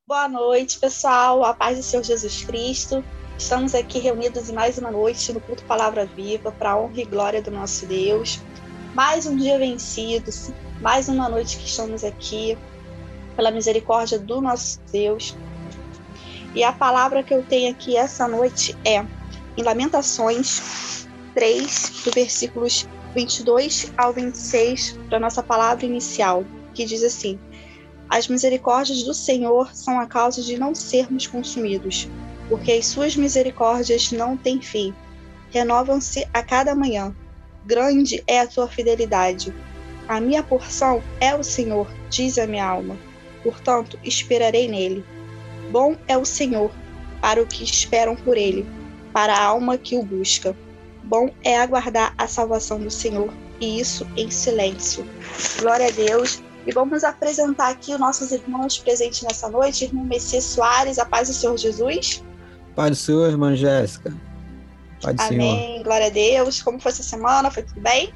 Boa noite, pessoal. A paz do Senhor Jesus Cristo. Estamos aqui reunidos em mais uma noite no culto Palavra Viva, para a honra e glória do nosso Deus. Mais um dia vencido, mais uma noite que estamos aqui, pela misericórdia do nosso Deus. E a palavra que eu tenho aqui essa noite é em Lamentações 3, do versículos 22 ao 26, para a nossa palavra inicial, que diz assim: As misericórdias do Senhor são a causa de não sermos consumidos, porque as suas misericórdias não têm fim. Renovam-se a cada manhã. Grande é a tua fidelidade. A minha porção é o Senhor, diz a minha alma. Portanto, esperarei nele. Bom é o Senhor para o que esperam por ele, para a alma que o busca. Bom é aguardar a salvação do Senhor, e isso em silêncio. Glória a Deus. E vamos apresentar aqui os nossos irmãos presentes nessa noite. Irmão Messias Soares, a paz do Senhor Jesus. Pai do Senhor, irmã Jéssica. Pai do Senhor. Amém, glória a Deus. Como foi essa semana? Foi tudo bem?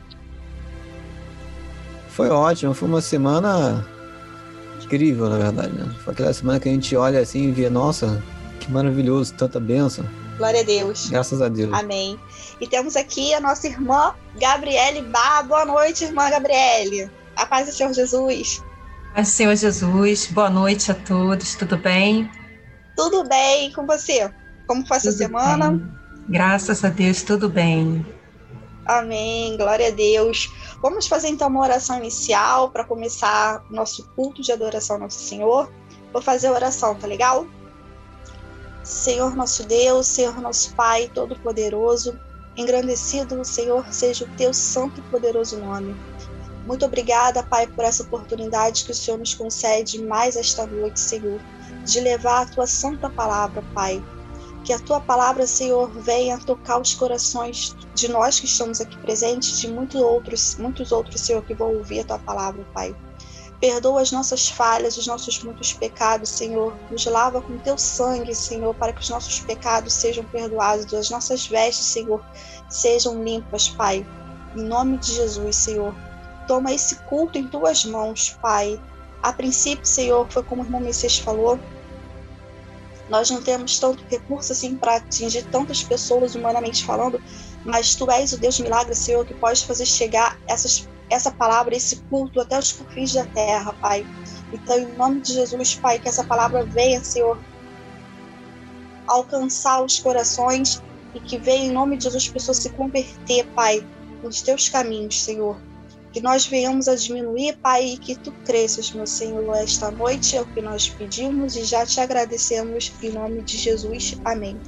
Foi ótimo, foi uma semana incrível, na verdade, né? Foi aquela semana que a gente olha assim e vê, nossa, que maravilhoso, tanta bênção. Glória a Deus. Graças a Deus. Amém. E temos aqui a nossa irmã Gabriele Bá. Boa noite, irmã Gabriele. A paz do Senhor Jesus. Paz do Senhor Jesus. Boa noite a todos. Tudo bem? Tudo bem com você? Como foi essa semana? Bem. Graças a Deus, tudo bem. Amém. Glória a Deus. Vamos fazer então uma oração inicial para começar o nosso culto de adoração ao nosso Senhor. Vou fazer a oração, tá legal? Senhor nosso Deus, Senhor nosso Pai Todo-Poderoso, engrandecido, Senhor, seja o teu santo e poderoso nome. Muito obrigada, Pai, por essa oportunidade que o Senhor nos concede mais esta noite, Senhor, de levar a tua santa palavra, Pai. Que a tua palavra, Senhor, venha tocar os corações de nós que estamos aqui presentes, de muitos outros, Senhor, que vão ouvir a tua palavra, Pai. Perdoa as nossas falhas, os nossos muitos pecados, Senhor. Nos lava com teu sangue, Senhor, para que os nossos pecados sejam perdoados, as nossas vestes, Senhor, sejam limpas, Pai. Em nome de Jesus, Senhor. Toma esse culto em tuas mãos, Pai. A princípio, Senhor, foi como o irmão Messias falou, nós não temos tanto recurso assim para atingir tantas pessoas humanamente falando, mas tu és o Deus de milagre, Senhor, que pode fazer chegar essa palavra, esse culto até os confins da terra, Pai. Então, em nome de Jesus, Pai, que essa palavra venha, Senhor, alcançar os corações e que venha, em nome de Jesus, as pessoas se converter, Pai, nos teus caminhos, Senhor. Que nós venhamos a diminuir, Pai, e que tu cresças, meu Senhor, esta noite é o que nós pedimos e já te agradecemos em nome de Jesus. Amém.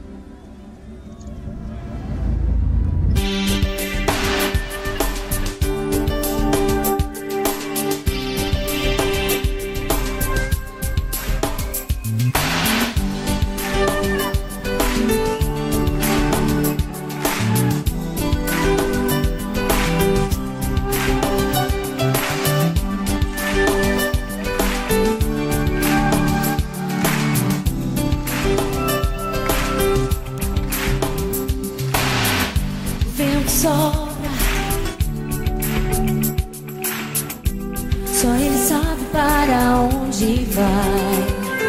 Só ele sabe para onde vai.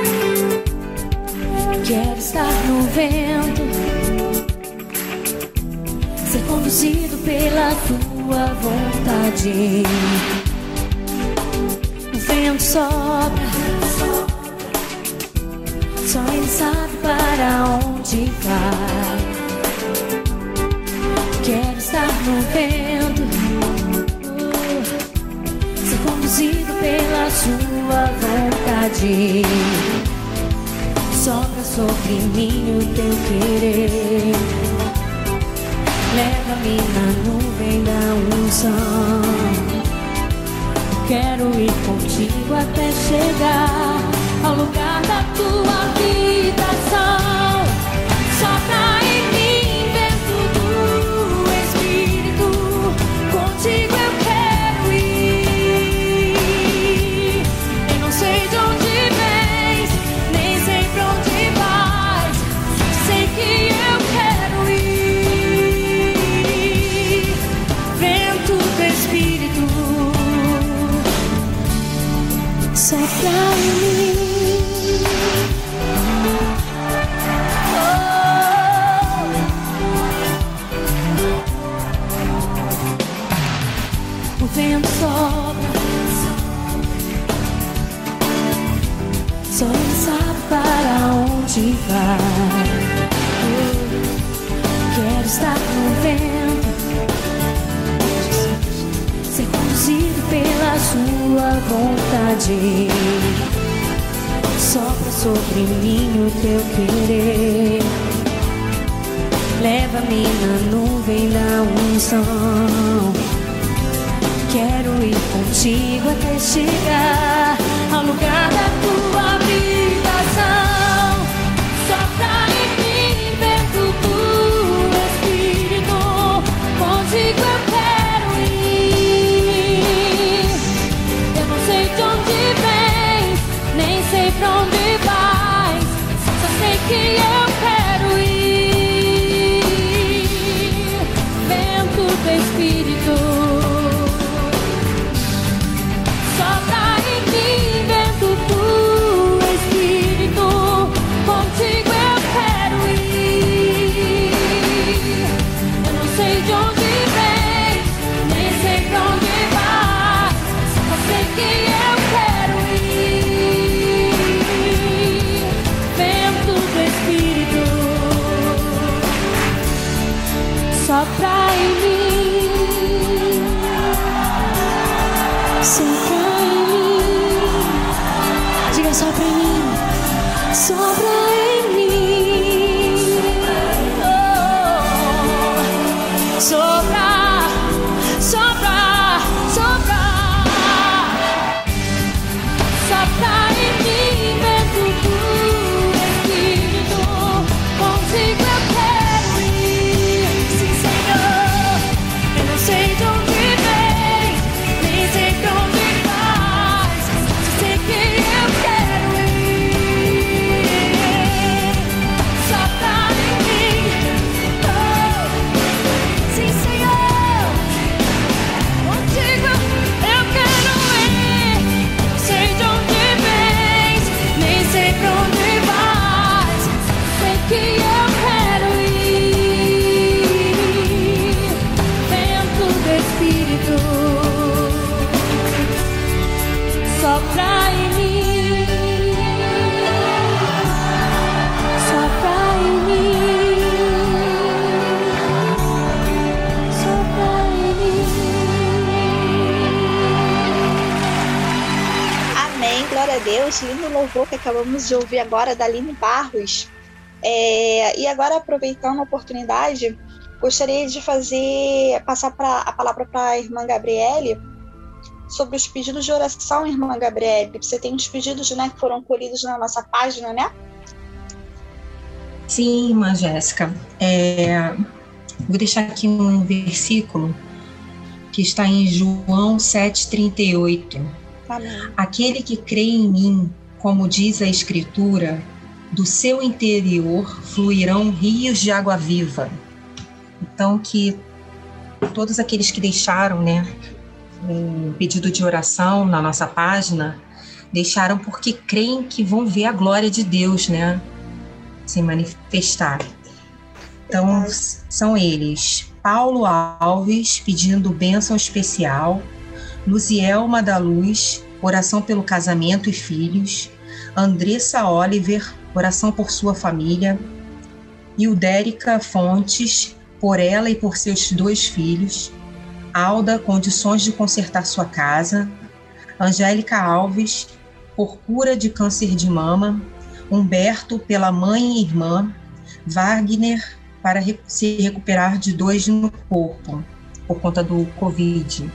Quero estar no vento, ser conduzido pela tua vontade. O vento sopra, só ele sabe para onde vai. Quero estar no vento, ser conduzido pela sua vontade. Sopra sobre mim o teu querer, leva-me na nuvem da unção. Quero ir contigo até chegar ao lugar da tua habitação. Sopra em mim, vento do Espírito, contigo eu quero ir. Eu não sei de onde vens, nem sei pra onde vais, sei que eu quero ir. Vento do Espírito, sopra em mim. Só Ele sabe para onde vai. Quero estar no vento, ser conduzido pela sua vontade. Sopra sobre mim o teu querer. Leva-me na nuvem da unção. Quero ir contigo até chegar ao lugar da tua habitação. Sopra em mim, vento do Espírito. Contigo eu quero ir. Eu não sei de onde vens, nem sei pra onde vais. Só sei que eu quero ir. Vento do Espírito. Sopra em mim, sopra em mim. Diga sopra em mim, sopra em mim. Oh, sopra, sopra, sopra. Sopra em mim, vento do Espírito. Contigo eu quero ir. Sim, Senhor. Eu não sei de onde vem, nem sei pra onde vais. Só sei que eu quero ir. Sopra em mim. Oh, sim, Senhor. Contigo eu quero ir. Não sei de onde vens, nem sei pra onde vais. Só sei que eu quero ir. Vento do Espírito, sopra em mim, sopra em mim, sopra em mim. Amém, glória a Deus. Lindo louvor que acabamos de ouvir agora da Aline Barros. E agora, aproveitando a oportunidade, gostaria de passar a palavra para a irmã Gabriele sobre os pedidos de oração, irmã Gabriele. Você tem uns pedidos, né, que foram colhidos na nossa página, né? Sim, irmã Jéssica. Vou deixar aqui um versículo que está em João 7,38. Amém. Aquele que crê em mim, como diz a Escritura, do seu interior fluirão rios de água viva. Então, que todos aqueles que deixaram, né, um pedido de oração na nossa página, deixaram porque creem que vão ver a glória de Deus, né, se manifestar. Então, são eles: Paulo Alves, pedindo bênção especial; Luzielma da Luz, oração pelo casamento e filhos; Andressa Oliver, oração por sua família; Hildérica Fontes, por ela e por seus 2 filhos; Alda, condições de consertar sua casa; Angélica Alves, por cura de câncer de mama; Humberto, pela mãe e irmã; Wagner, para se recuperar de dores no corpo, por conta do Covid.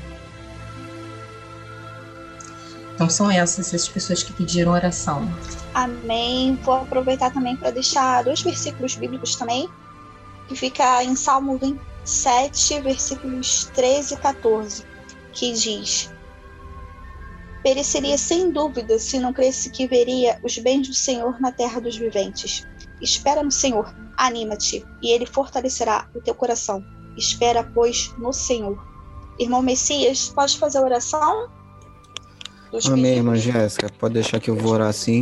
Então são essas pessoas que pediram oração. Amém. Vou aproveitar também para deixar 2 versículos bíblicos também, que fica em Salmo 27, versículos 13 e 14, que diz: pereceria sem dúvida se não cresce que veria os bens do Senhor na terra dos viventes. Espera no Senhor, anima-te, e Ele fortalecerá o teu coração. Espera, pois, no Senhor. Irmão Messias, pode fazer a oração? Amém, irmã Jéssica. Pode deixar que eu vou orar sim.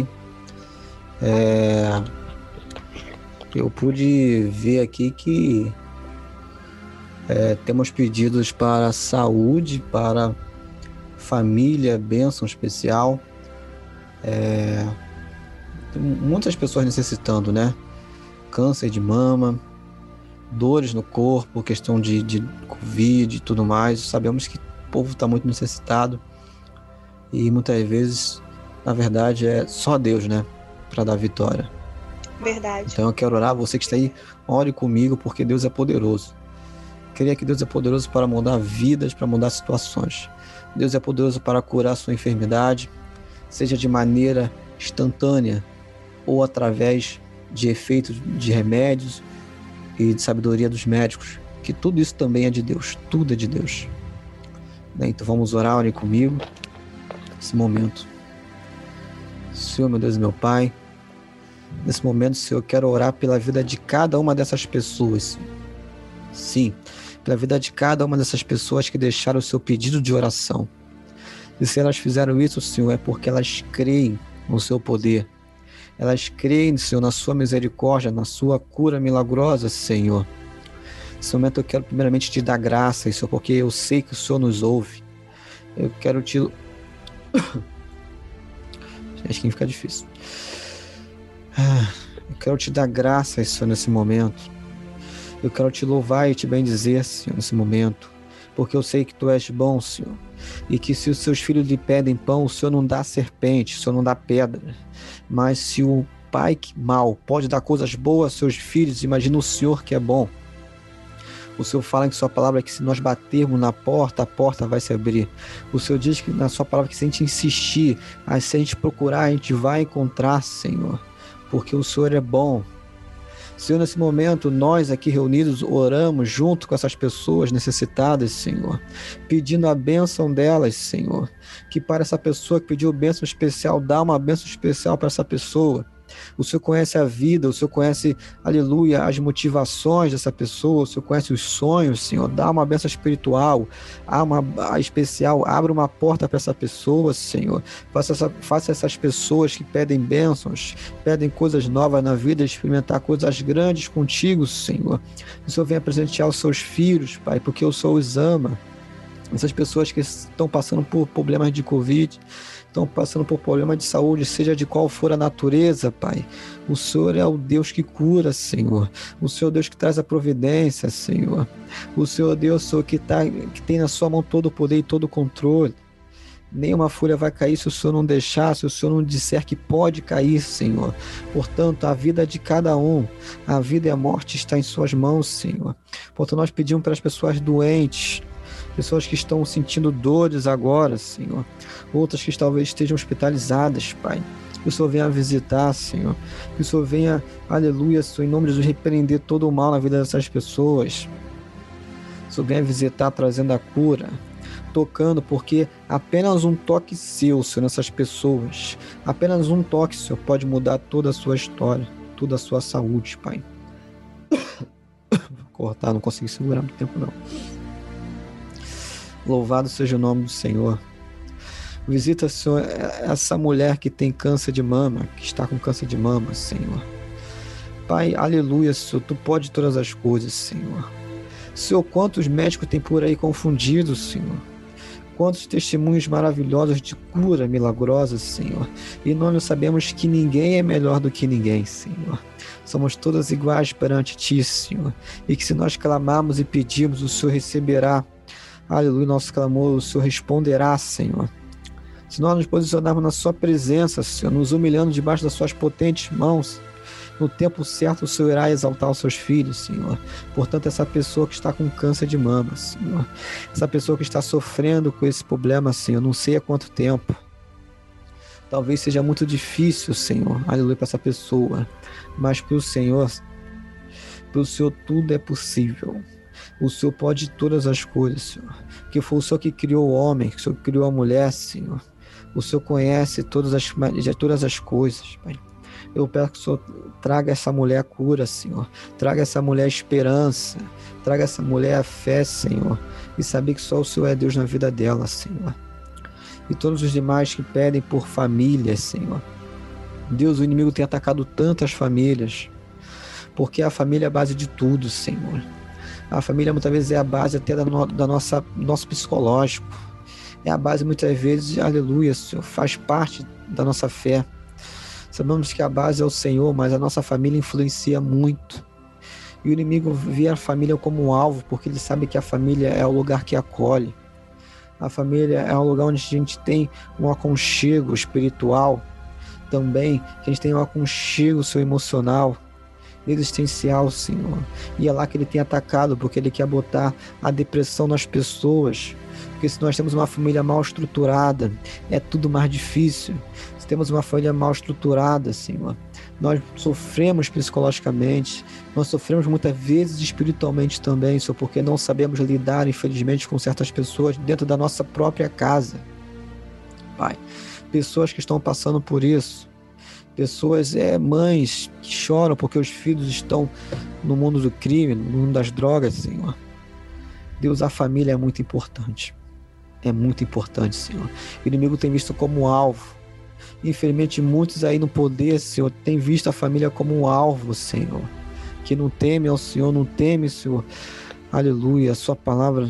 Eu pude ver aqui que temos pedidos para saúde, para família, bênção especial, muitas pessoas necessitando, né? Câncer de mama, dores no corpo, questão de Covid e tudo mais. Sabemos que o povo está muito necessitado e muitas vezes, na verdade, é só Deus, né? Para dar vitória. Verdade. Então eu quero orar, você que está aí, ore comigo, porque Deus é poderoso. Creia que Deus é poderoso para mudar vidas, para mudar situações. Deus é poderoso para curar a sua enfermidade, seja de maneira instantânea ou através de efeitos de remédios e de sabedoria dos médicos, que tudo isso também é de Deus, tudo é de Deus. Então vamos orar, ore comigo nesse momento. Senhor, meu Deus e meu Pai, nesse momento, Senhor, eu quero orar pela vida de cada uma dessas pessoas. Sim, pela vida de cada uma dessas pessoas que deixaram o seu pedido de oração. E se elas fizeram isso, Senhor, é porque elas creem no seu poder. Elas creem, Senhor, na sua misericórdia, na sua cura milagrosa, Senhor. Nesse momento eu quero primeiramente te dar graça, Senhor, porque eu sei que o Senhor nos ouve. Eu quero te... Acho que fica difícil. Eu quero te dar graça, Senhor, nesse momento. Eu quero te louvar e te bendizer, Senhor, nesse momento. Porque eu sei que Tu és bom, Senhor. E que se os seus filhos lhe pedem pão, o Senhor não dá serpente, o Senhor não dá pedra. Mas se o pai mau pode dar coisas boas aos seus filhos, imagina o Senhor que é bom. O Senhor fala em sua palavra que se nós batermos na porta, a porta vai se abrir. O Senhor diz que na sua palavra que se a gente insistir, se a gente procurar, a gente vai encontrar, Senhor. Porque o Senhor é bom. Senhor, nesse momento, nós aqui reunidos oramos junto com essas pessoas necessitadas, Senhor, pedindo a bênção delas, Senhor, que para essa pessoa que pediu bênção especial, dá uma bênção especial para essa pessoa. O Senhor conhece a vida, o Senhor conhece, aleluia, as motivações dessa pessoa, o Senhor conhece os sonhos, Senhor, dá uma bênção espiritual, especial, abre uma porta para essa pessoa, Senhor, faça essas pessoas que pedem bênçãos, pedem coisas novas na vida, experimentar coisas grandes contigo, Senhor. O Senhor venha presentear os seus filhos, Pai, porque o Senhor os ama. Essas pessoas que estão passando por problemas de Covid, estão passando por problemas de saúde, seja de qual for a natureza, Pai. O Senhor é o Deus que cura, Senhor. O Senhor é o Deus que traz a providência, Senhor. O Senhor é o Deus, Senhor, que tem na sua mão todo o poder e todo o controle. Nenhuma folha vai cair se o Senhor não deixar, se o Senhor não disser que pode cair, Senhor. Portanto, a vida de cada um, a vida e a morte está em suas mãos, Senhor. Portanto, nós pedimos para as pessoas doentes, pessoas que estão sentindo dores agora, Senhor. Outras que talvez estejam hospitalizadas, Pai. Que o Senhor venha visitar, Senhor. Que o Senhor venha, aleluia, Senhor, em nome de Jesus, repreender todo o mal na vida dessas pessoas. Que o Senhor venha visitar, trazendo a cura, tocando, porque apenas um toque seu, Senhor, nessas pessoas, apenas um toque, Senhor, pode mudar toda a sua história, toda a sua saúde, Pai. Vou cortar, não consegui segurar muito tempo, não. Louvado seja o nome do Senhor. Visita, Senhor, essa mulher que tem câncer de mama, que está com câncer de mama, Senhor. Pai, aleluia, Senhor, Tu pode todas as coisas, Senhor. Senhor, quantos médicos tem por aí confundidos, Senhor. Quantos testemunhos maravilhosos de cura milagrosa, Senhor. E nós sabemos que ninguém é melhor do que ninguém, Senhor. Somos todas iguais perante Ti, Senhor. E que se nós clamarmos e pedirmos, o Senhor receberá. Aleluia, nosso clamor, o Senhor responderá, Senhor. Se nós nos posicionarmos na Sua presença, Senhor, nos humilhando debaixo das Suas potentes mãos, no tempo certo o Senhor irá exaltar os Seus filhos, Senhor. Portanto, essa pessoa que está com câncer de mama, Senhor, essa pessoa que está sofrendo com esse problema, Senhor, não sei há quanto tempo, talvez seja muito difícil, Senhor, aleluia, para essa pessoa, mas para o Senhor tudo é possível. O Senhor pode todas as coisas, Senhor. Que foi o Senhor que criou o homem, que o Senhor criou a mulher, Senhor. O Senhor conhece todas as coisas, Pai. Eu peço que o Senhor traga essa mulher a cura, Senhor. Traga essa mulher a esperança. Traga essa mulher a fé, Senhor. E saber que só o Senhor é Deus na vida dela, Senhor. E todos os demais que pedem por famílias, Senhor. Deus, o inimigo tem atacado tantas famílias. Porque a família é a base de tudo, Senhor. A família muitas vezes é a base até nosso psicológico. É a base muitas vezes, aleluia, Senhor, faz parte da nossa fé. Sabemos que a base é o Senhor, mas a nossa família influencia muito. E o inimigo vê a família como um alvo, porque ele sabe que a família é o lugar que acolhe. A família é um lugar onde a gente tem um aconchego espiritual também, que a gente tem um aconchego seu emocional, existencial, Senhor. E é lá que ele tem atacado, porque ele quer botar a depressão nas pessoas. Porque se nós temos uma família mal estruturada, é tudo mais difícil. Se temos uma família mal estruturada, Senhor, nós sofremos psicologicamente, nós sofremos muitas vezes espiritualmente também, Senhor, porque não sabemos lidar, infelizmente, com certas pessoas dentro da nossa própria casa. Pai, pessoas que estão passando por isso, pessoas, mães que choram porque os filhos estão no mundo do crime, no mundo das drogas, Senhor. Deus, a família é muito importante. É muito importante, Senhor. O inimigo tem visto como alvo. Infelizmente, muitos aí no poder, Senhor, têm visto a família como um alvo, Senhor. Que não teme ao Senhor, não teme, Senhor. Aleluia, a sua palavra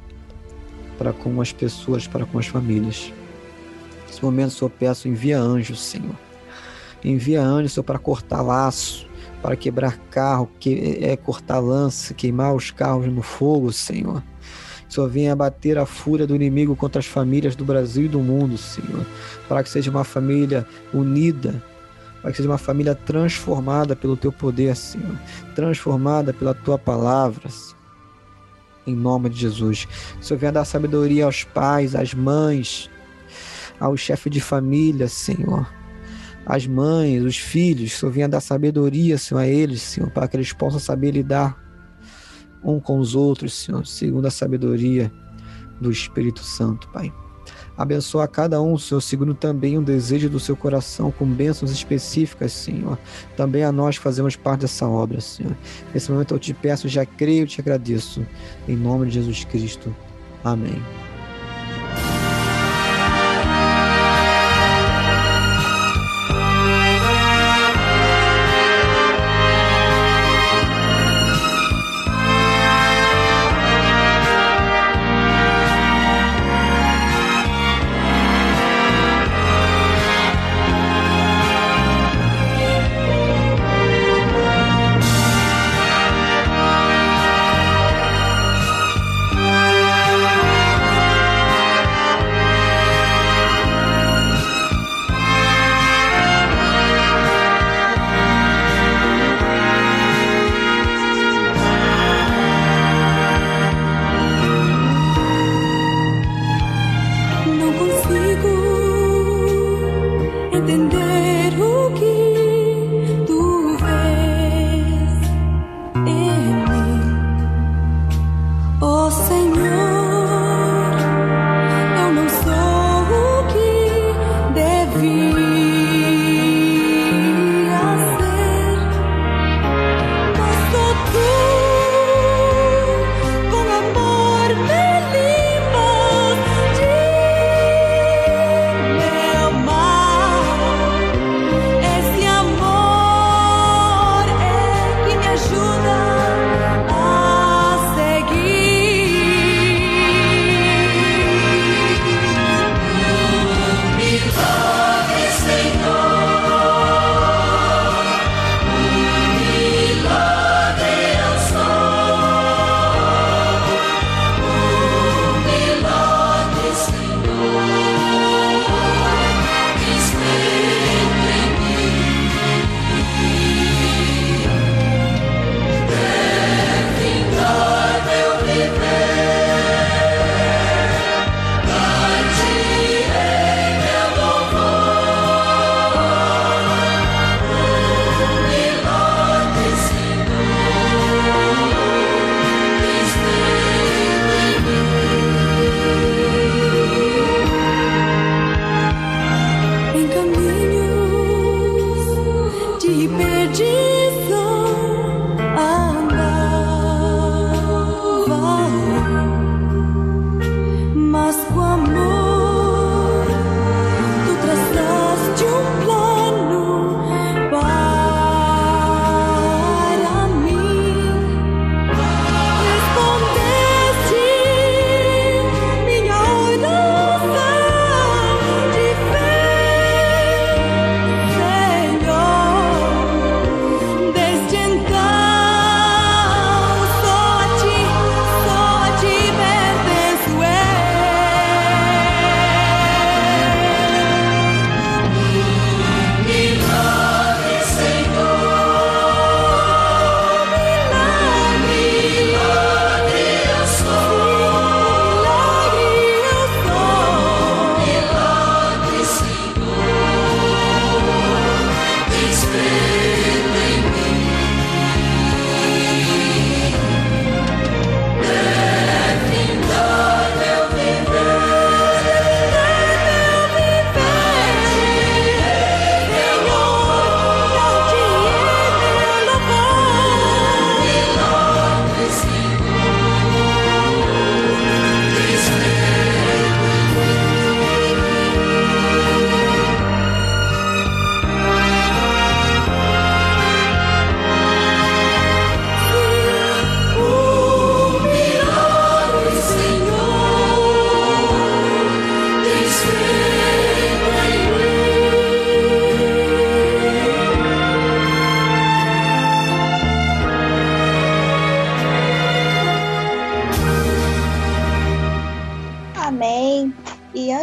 para com as pessoas, para com as famílias. Nesse momento, Senhor, peço, envia anjos, Senhor. Envia anjos, Senhor, para cortar laço, para quebrar carro, cortar lança, queimar os carros no fogo, Senhor. Senhor, venha abater a fúria do inimigo contra as famílias do Brasil e do mundo, Senhor. Para que seja uma família unida, para que seja uma família transformada pelo Teu poder, Senhor. Transformada pela Tua palavra, Senhor. Em nome de Jesus. Senhor, venha dar sabedoria aos pais, às mães, aos chefes de família, Senhor. As mães, os filhos, Senhor, venha dar sabedoria, Senhor, a eles, Senhor, para que eles possam saber lidar um com os outros, Senhor, segundo a sabedoria do Espírito Santo, Pai. Abençoa a cada um, Senhor, segundo também o desejo do seu coração, com bênçãos específicas, Senhor. Também a nós fazemos parte dessa obra, Senhor. Nesse momento eu te peço, já creio e te agradeço. Em nome de Jesus Cristo. Amém. Não consigo entender o que tu vês em mim, oh Senhor. Eu não sou o que devia ser, mas só tu, com amor me limpas de meu mal. Esse amor é que me ajuda a seguir. Milagre, Senhor, milagre eu sou. Milagre, Senhor, escrito em mim. Vingar meu viver, dar-te-ei meu louvor. Milagre, Senhor, escrito em mim. Em caminhos de perdição andava, mas com amor tu traçaste um plano para mim. Respondeste minha oração de fé, Senhor.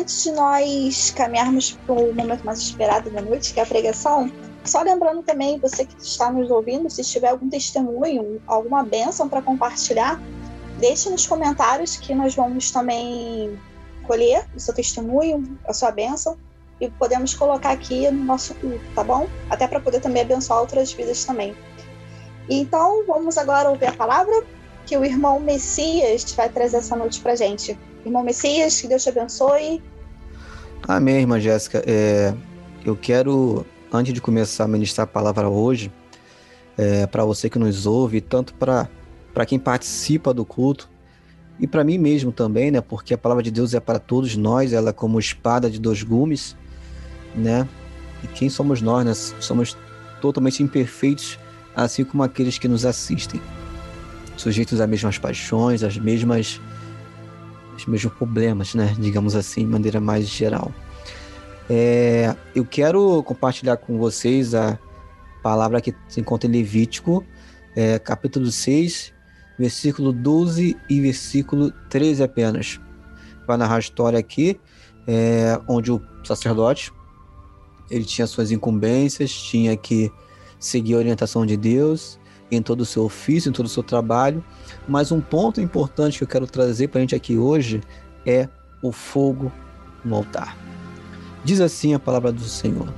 antes de nós caminharmos para o momento mais esperado da noite, que é a pregação, só lembrando também, você que está nos ouvindo, se tiver algum testemunho, alguma bênção para compartilhar, deixe nos comentários que nós vamos também colher o seu testemunho, a sua bênção, e podemos colocar aqui no nosso culto, tá bom? Até para poder também abençoar outras vidas também. Então, vamos agora ouvir a palavra que o irmão Messias vai trazer essa noite para a gente. Irmão Messias, que Deus te abençoe. Amém, irmã Jéssica. Eu quero, antes de começar a ministrar a palavra hoje, para você que nos ouve, tanto para quem participa do culto, e para mim mesmo também, né? Porque a palavra de Deus é para todos nós, ela é como espada de dois gumes, né? E quem somos nós, né? Somos totalmente imperfeitos, assim como aqueles que nos assistem, sujeitos às mesmas paixões, os mesmos problemas, né? Digamos assim, de maneira mais geral. Eu quero compartilhar com vocês a palavra que se encontra em Levítico, capítulo 6, versículo 12 e versículo 13 apenas. Vai narrar a história aqui, onde o sacerdote, ele tinha suas incumbências, tinha que seguir a orientação de Deus em todo o seu ofício, em todo o seu trabalho, mas um ponto importante que eu quero trazer para a gente aqui hoje é o fogo no altar. Diz assim a palavra do Senhor: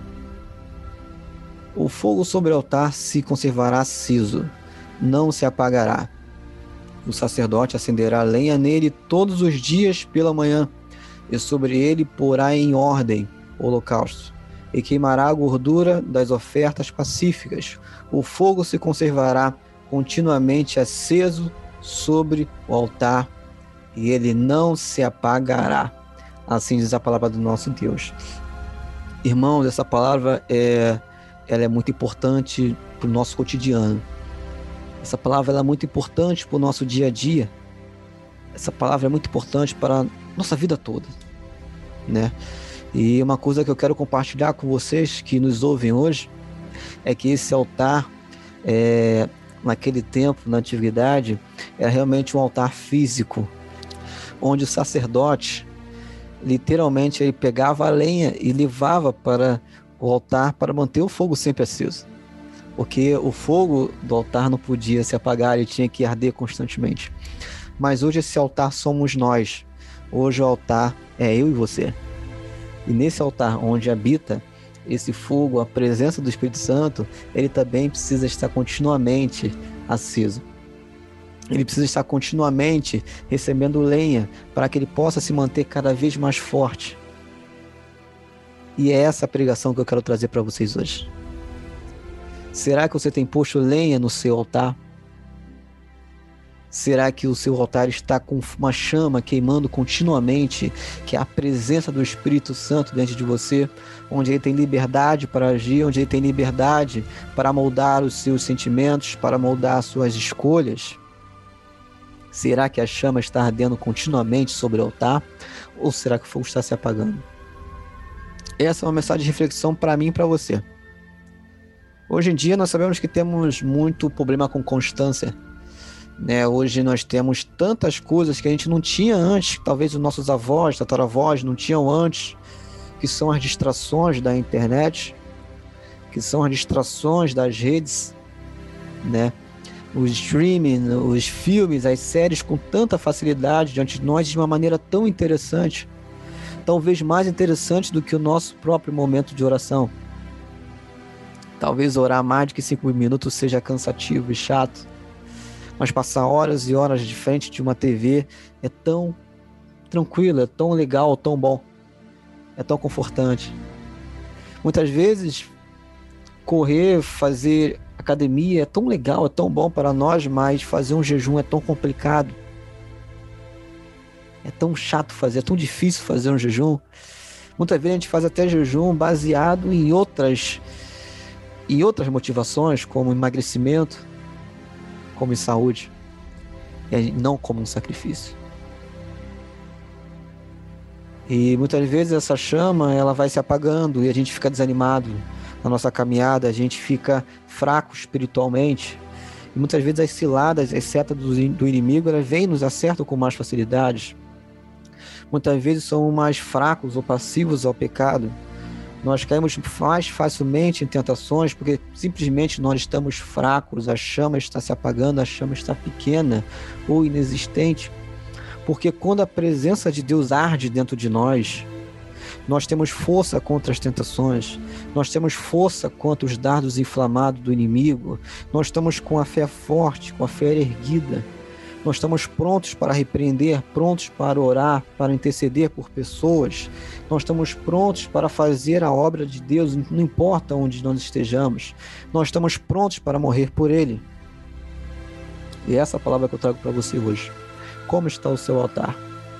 o fogo sobre o altar se conservará aceso, não se apagará. O sacerdote acenderá lenha nele todos os dias pela manhã, e sobre ele porá em ordem o holocausto, e queimará a gordura das ofertas pacíficas. O fogo se conservará continuamente aceso sobre o altar, e ele não se apagará. Assim diz a palavra do nosso Deus. Irmãos, essa palavra ela é muito importante para o nosso cotidiano. Essa palavra ela é muito importante para o nosso dia a dia. Essa palavra é muito importante para a nossa vida toda, né? E uma coisa que eu quero compartilhar com vocês que nos ouvem hoje é que esse altar, naquele tempo, na antiguidade, era realmente um altar físico, onde o sacerdote, literalmente, ele pegava a lenha e levava para o altar para manter o fogo sempre aceso. Porque o fogo do altar não podia se apagar, ele tinha que arder constantemente. Mas hoje esse altar somos nós. Hoje o altar é eu e você. E nesse altar onde habita esse fogo, a presença do Espírito Santo, ele também precisa estar continuamente aceso. Ele precisa estar continuamente recebendo lenha para que ele possa se manter cada vez mais forte. E é essa a pregação que eu quero trazer para vocês hoje. Será que você tem posto lenha no seu altar? Será que o seu altar está com uma chama queimando continuamente, que é a presença do Espírito Santo dentro de você, onde ele tem liberdade para agir, onde ele tem liberdade para moldar os seus sentimentos, para moldar as suas escolhas? Será que a chama está ardendo continuamente sobre o altar? Ou será que o fogo está se apagando? Essa é uma mensagem de reflexão para mim e para você. Hoje em dia nós sabemos que temos muito problema com constância, né? Hoje nós temos tantas coisas que a gente não tinha antes, que talvez os nossos avós, tataravós não tinham antes, que são as distrações da internet, que são as distrações das redes, né? O streaming, os filmes, as séries com tanta facilidade diante de nós de uma maneira tão interessante, talvez mais interessante do que o nosso próprio momento de oração. Talvez orar mais de que 5 minutos seja cansativo e chato, mas passar horas e horas de frente de uma TV é tão tranquilo, é tão legal, tão bom, é tão confortante. Muitas vezes, correr, fazer academia é tão legal, é tão bom para nós, mas fazer um jejum é tão complicado. É tão chato fazer, é tão difícil fazer um jejum. Muitas vezes a gente faz até jejum baseado em outras motivações, como emagrecimento, como em saúde, e não como um sacrifício. E muitas vezes essa chama ela vai se apagando e a gente fica desanimado na nossa caminhada, a gente fica fraco espiritualmente. E muitas vezes as ciladas, as setas do inimigo, elas vêm e nos acertam com mais facilidades. Muitas vezes somos mais fracos ou passivos ao pecado. Nós caímos mais facilmente em tentações porque simplesmente nós estamos fracos, a chama está se apagando, a chama está pequena ou inexistente. Porque quando a presença de Deus arde dentro de nós temos força contra as tentações, nós temos força contra os dardos inflamados do inimigo, nós estamos com a fé forte, com a fé erguida, nós estamos prontos para repreender, prontos para orar, para interceder por pessoas, nós estamos prontos para fazer a obra de Deus, não importa onde nós estejamos, nós estamos prontos para morrer por Ele. E essa é a palavra que eu trago para você hoje. Como está o seu altar?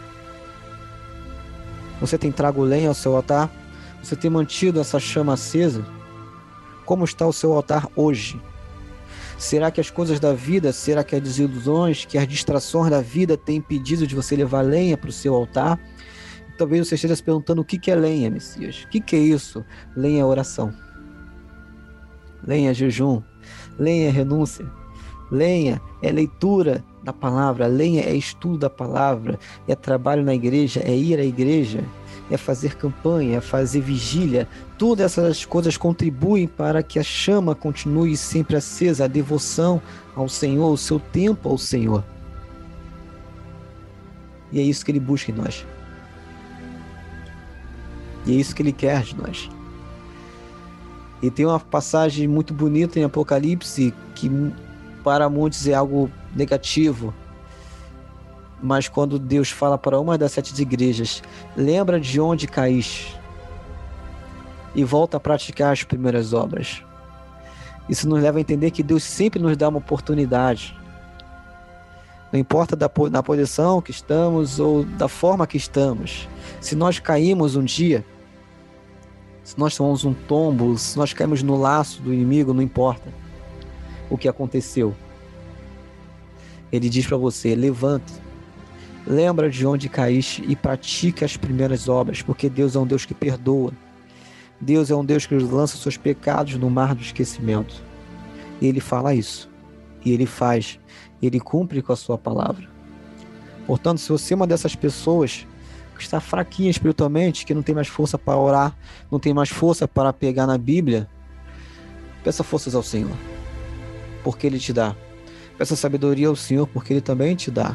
Você tem trago lenha ao seu altar? Você tem mantido essa chama acesa? Como está o seu altar hoje? Será que as coisas da vida, será que as desilusões, que as distrações da vida têm impedido de você levar lenha para o seu altar? Talvez você esteja se perguntando o que é lenha, Messias? O que é isso? Lenha é oração. Lenha é jejum. Lenha é renúncia. Lenha é leitura da palavra, lenha é estudo da palavra, é trabalho na igreja, é ir à igreja, é fazer campanha, é fazer vigília. Todas essas coisas contribuem para que a chama continue sempre acesa, a devoção ao Senhor, o seu tempo ao Senhor. E é isso que Ele busca em nós. E é isso que Ele quer de nós. E tem uma passagem muito bonita em Apocalipse que para muitos é algo negativo, mas quando Deus fala para uma das 7 igrejas, lembra de onde caíste e volta a praticar as primeiras obras. Isso nos leva a entender que Deus sempre nos dá uma oportunidade. Não importa na posição que estamos ou da forma que estamos. Se nós caímos um dia, se nós tomamos um tombo, se nós caímos no laço do inimigo, não importa o que aconteceu. Ele diz para você, levanta, lembra de onde caíste e pratica as primeiras obras, porque Deus é um Deus que perdoa. Deus é um Deus que lança seus pecados no mar do esquecimento. E Ele fala isso. E Ele faz. Ele cumpre com a sua palavra. Portanto, se você é uma dessas pessoas que está fraquinha espiritualmente, que não tem mais força para orar, não tem mais força para pegar na Bíblia, peça forças ao Senhor, porque Ele te dá. Peça sabedoria ao Senhor, porque Ele também te dá.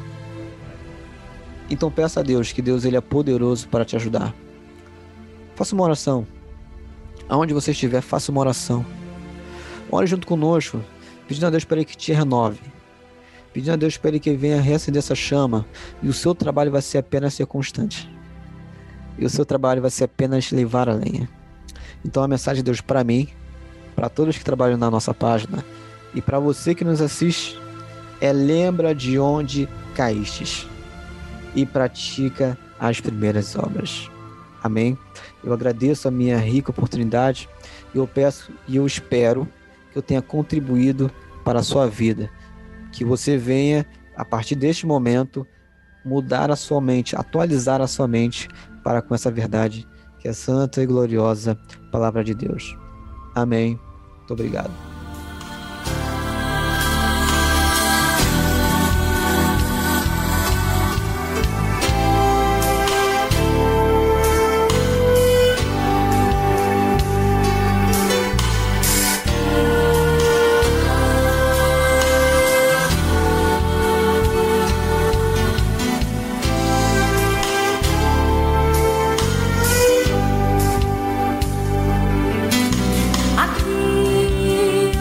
Então peça a Deus, que Deus Ele é poderoso para te ajudar. Faça uma oração. Aonde você estiver, faça uma oração. Ore junto conosco, pedindo a Deus para Ele que te renove. Pedindo a Deus para Ele que venha reacender essa chama. E o seu trabalho vai ser apenas ser constante. E o seu trabalho vai ser apenas levar a lenha. Então a mensagem de Deus para mim, para todos que trabalham na nossa página, e para você que nos assiste, é lembra de onde caístes e pratica as primeiras obras. Amém? Eu agradeço a minha rica oportunidade e eu peço e eu espero que eu tenha contribuído para a sua vida. Que você venha, a partir deste momento, mudar a sua mente, atualizar a sua mente para com essa verdade que é santa e gloriosa palavra de Deus. Amém. Muito obrigado. Aqui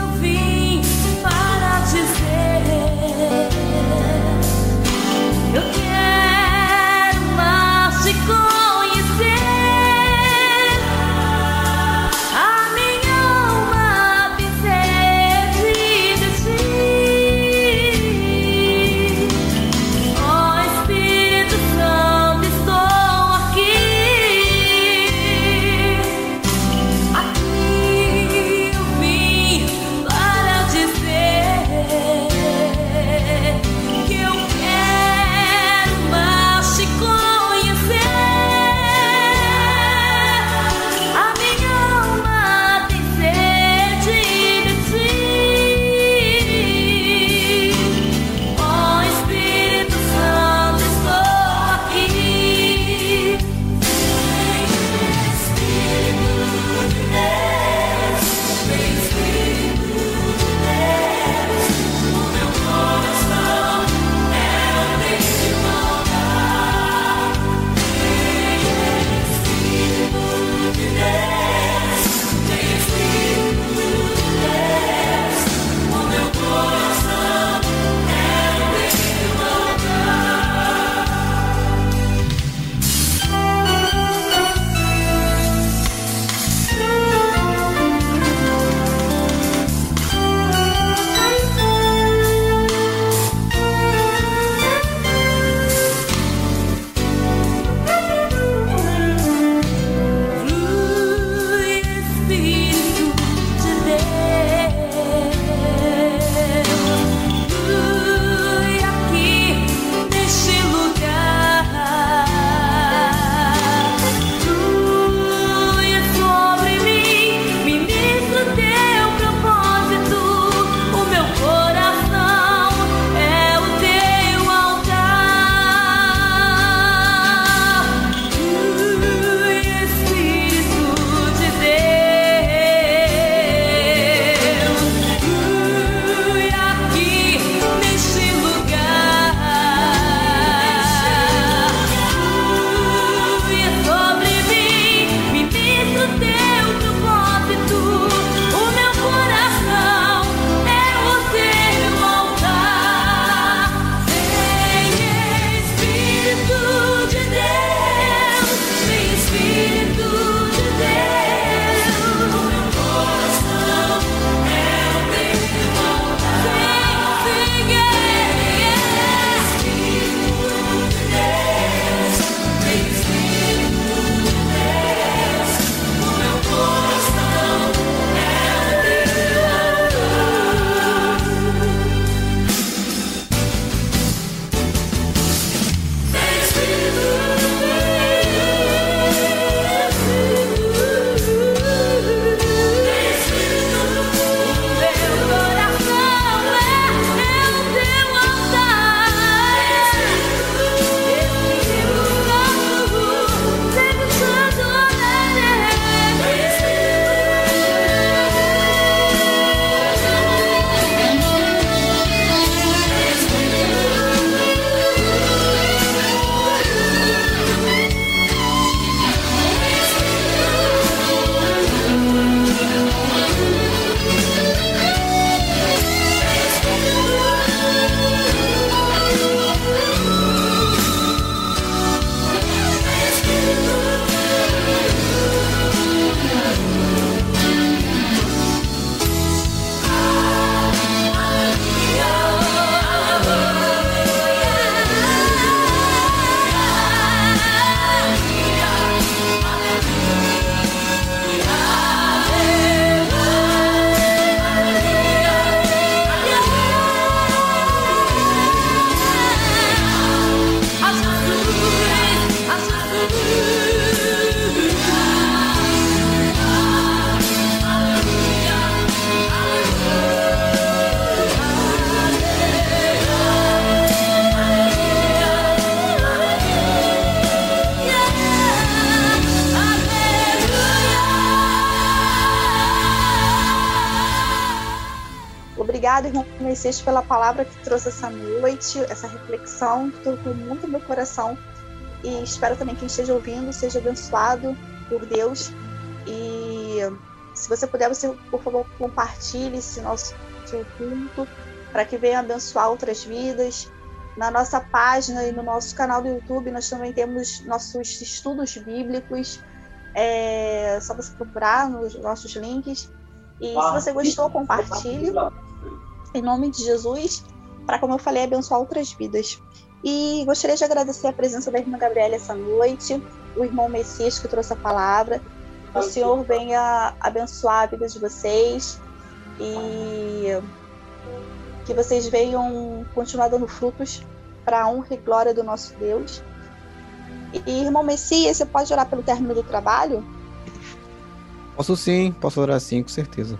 Obrigada, irmão Messias, pela palavra que trouxe essa noite, essa reflexão que tocou muito no meu coração. E espero também que quem esteja ouvindo seja abençoado por Deus. E se você puder, você, por favor, compartilhe esse nosso culto para que venha abençoar outras vidas. Na nossa página e no nosso canal do YouTube, nós também temos nossos estudos bíblicos. É só você procurar nos nossos links. E se você gostou, compartilhe. Em nome de Jesus, para, como eu falei, abençoar outras vidas. E gostaria de agradecer a presença da irmã Gabriela essa noite, o irmão Messias que trouxe a palavra. O Senhor venha abençoar a vida de vocês e que vocês venham continuar dando frutos para a honra e glória do nosso Deus. E, irmão Messias, você pode orar pelo término do trabalho? Posso sim, posso orar sim, com certeza.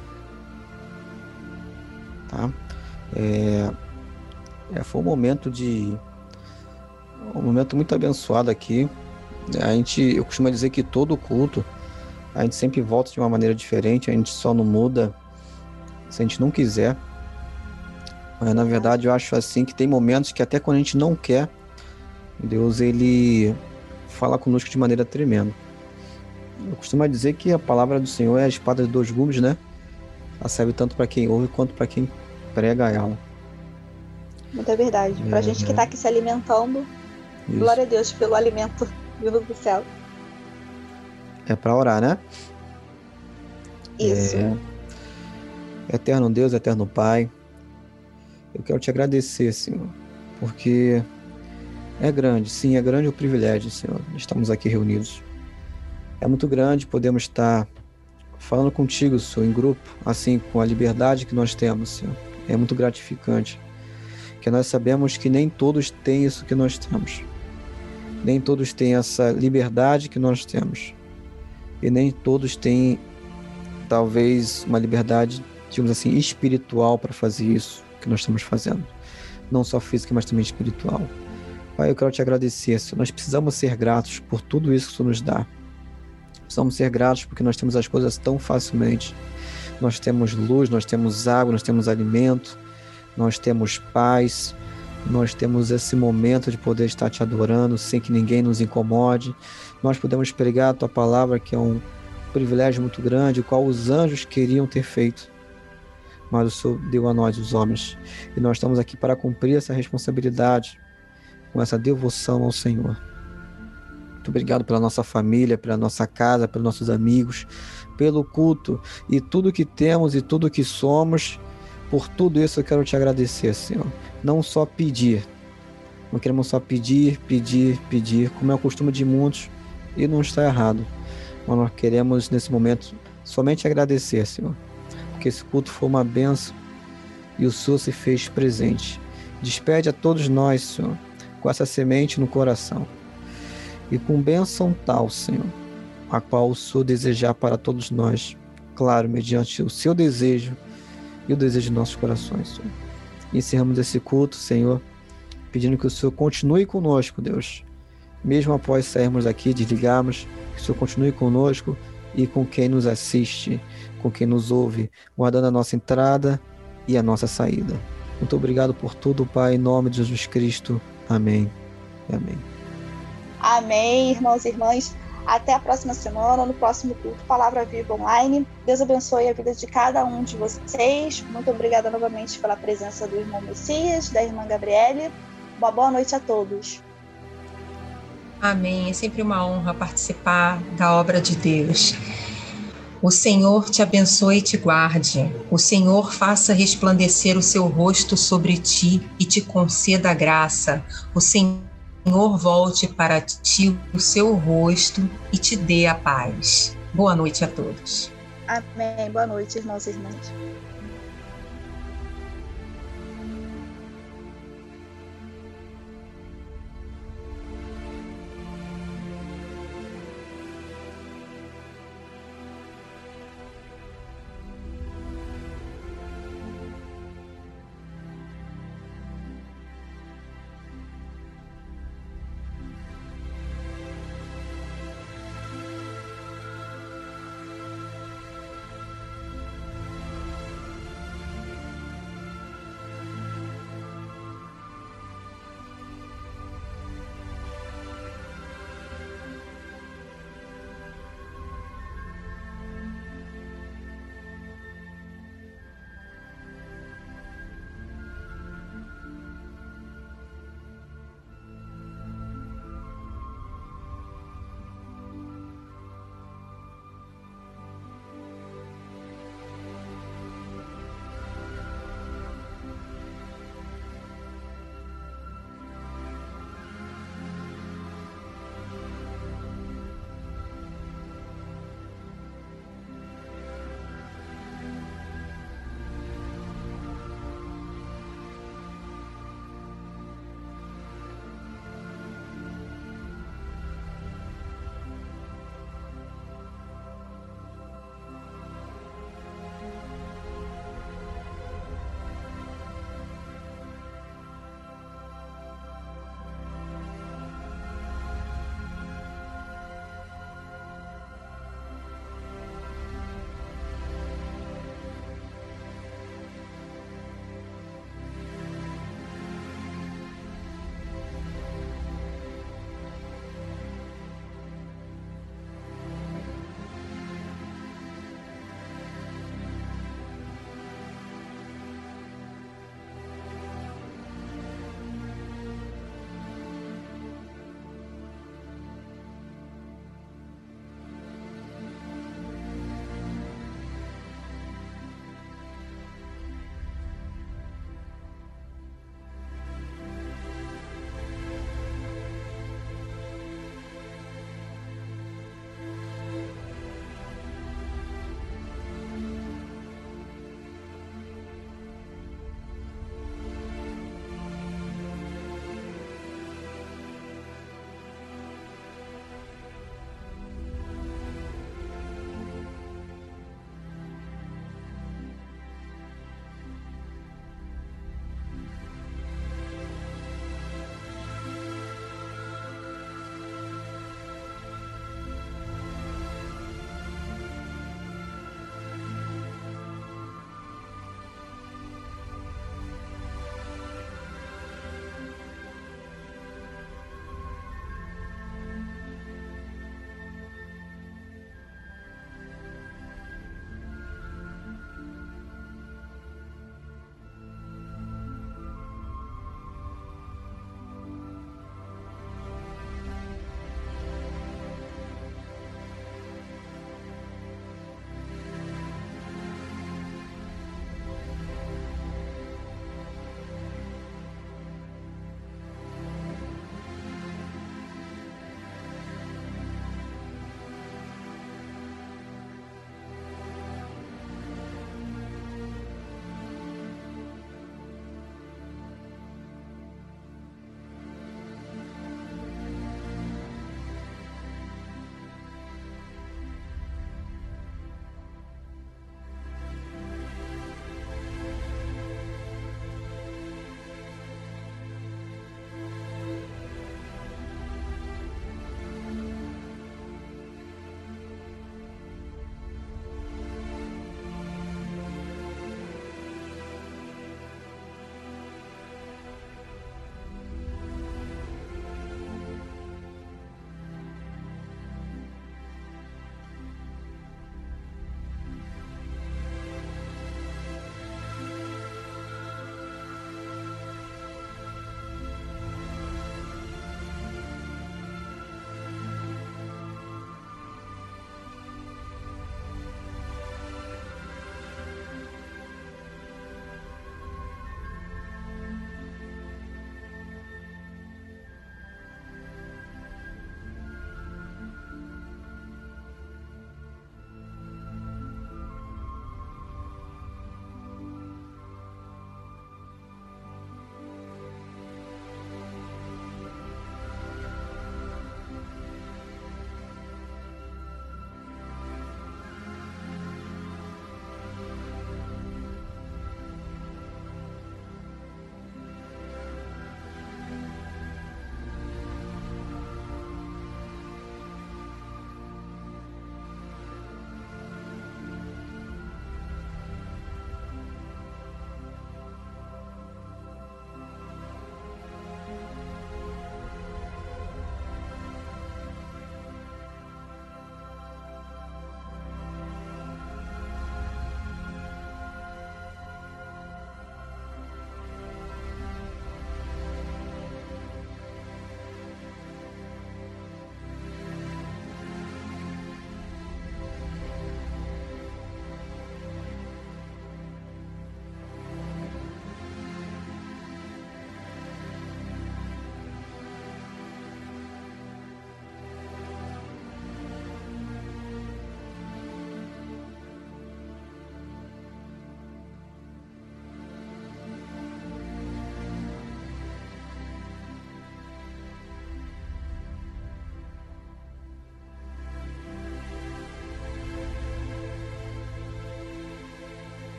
Tá? Foi um momento muito abençoado aqui. Eu costumo dizer que todo culto a gente sempre volta de uma maneira diferente, a gente só não muda se a gente não quiser. Mas na verdade eu acho assim que tem momentos que até quando a gente não quer, Deus ele fala conosco de maneira tremenda. Eu costumo dizer que a palavra do Senhor é a espada de dois gumes, né? Ela serve tanto para quem ouve quanto para quem prega ela. Muita verdade. Para a gente que está aqui se alimentando, isso. Glória a Deus pelo alimento vindo do céu. É para orar, né? Isso. Eterno Deus, eterno Pai, eu quero te agradecer, Senhor, porque é grande, sim, é grande o privilégio, Senhor, estamos aqui reunidos. É muito grande podemos estar falando contigo, Senhor, em grupo, assim, com a liberdade que nós temos, Senhor. É muito gratificante, porque nós sabemos que nem todos têm isso que nós temos. Nem todos têm essa liberdade que nós temos. E nem todos têm, talvez, uma liberdade, digamos assim, espiritual para fazer isso que nós estamos fazendo. Não só física, mas também espiritual. Pai, eu quero te agradecer, Senhor. Nós precisamos ser gratos por tudo isso que o Senhor nos dá. Precisamos ser gratos porque nós temos as coisas tão facilmente. Nós temos luz, nós temos água, nós temos alimento, nós temos paz, nós temos esse momento de poder estar te adorando sem que ninguém nos incomode. Nós podemos pregar a tua palavra, que é um privilégio muito grande, o qual os anjos queriam ter feito, mas o Senhor deu a nós, os homens. E nós estamos aqui para cumprir essa responsabilidade, com essa devoção ao Senhor. Muito obrigado pela nossa família, pela nossa casa, pelos nossos amigos, pelo culto e tudo que temos e tudo que somos. Por tudo isso eu quero te agradecer, Senhor. Não só pedir. Não queremos só pedir, como é o costume de muitos, e não está errado. Mas nós queremos, nesse momento, somente agradecer, Senhor. Porque esse culto foi uma bênção e o Senhor se fez presente. Despede a todos nós, Senhor, com essa semente no coração. E com bênção tal, Senhor, a qual o Senhor desejar para todos nós. Claro, mediante o seu desejo e o desejo de nossos corações, Senhor. Encerramos esse culto, Senhor, pedindo que o Senhor continue conosco, Deus. Mesmo após sairmos daqui, desligarmos, que o Senhor continue conosco e com quem nos assiste, com quem nos ouve, guardando a nossa entrada e a nossa saída. Muito obrigado por tudo, Pai, em nome de Jesus Cristo. Amém. Amém. Amém, irmãos e irmãs. Até a próxima semana, no próximo culto Palavra Viva Online. Deus abençoe a vida de cada um de vocês. Muito obrigada novamente pela presença do irmão Messias, da irmã Gabriele. Uma boa noite a todos. Amém. É sempre uma honra participar da obra de Deus. O Senhor te abençoe e te guarde. O Senhor faça resplandecer o seu rosto sobre ti e te conceda graça. O Senhor volte para ti o seu rosto e te dê a paz. Boa noite a todos. Amém. Boa noite, irmãos e irmãs.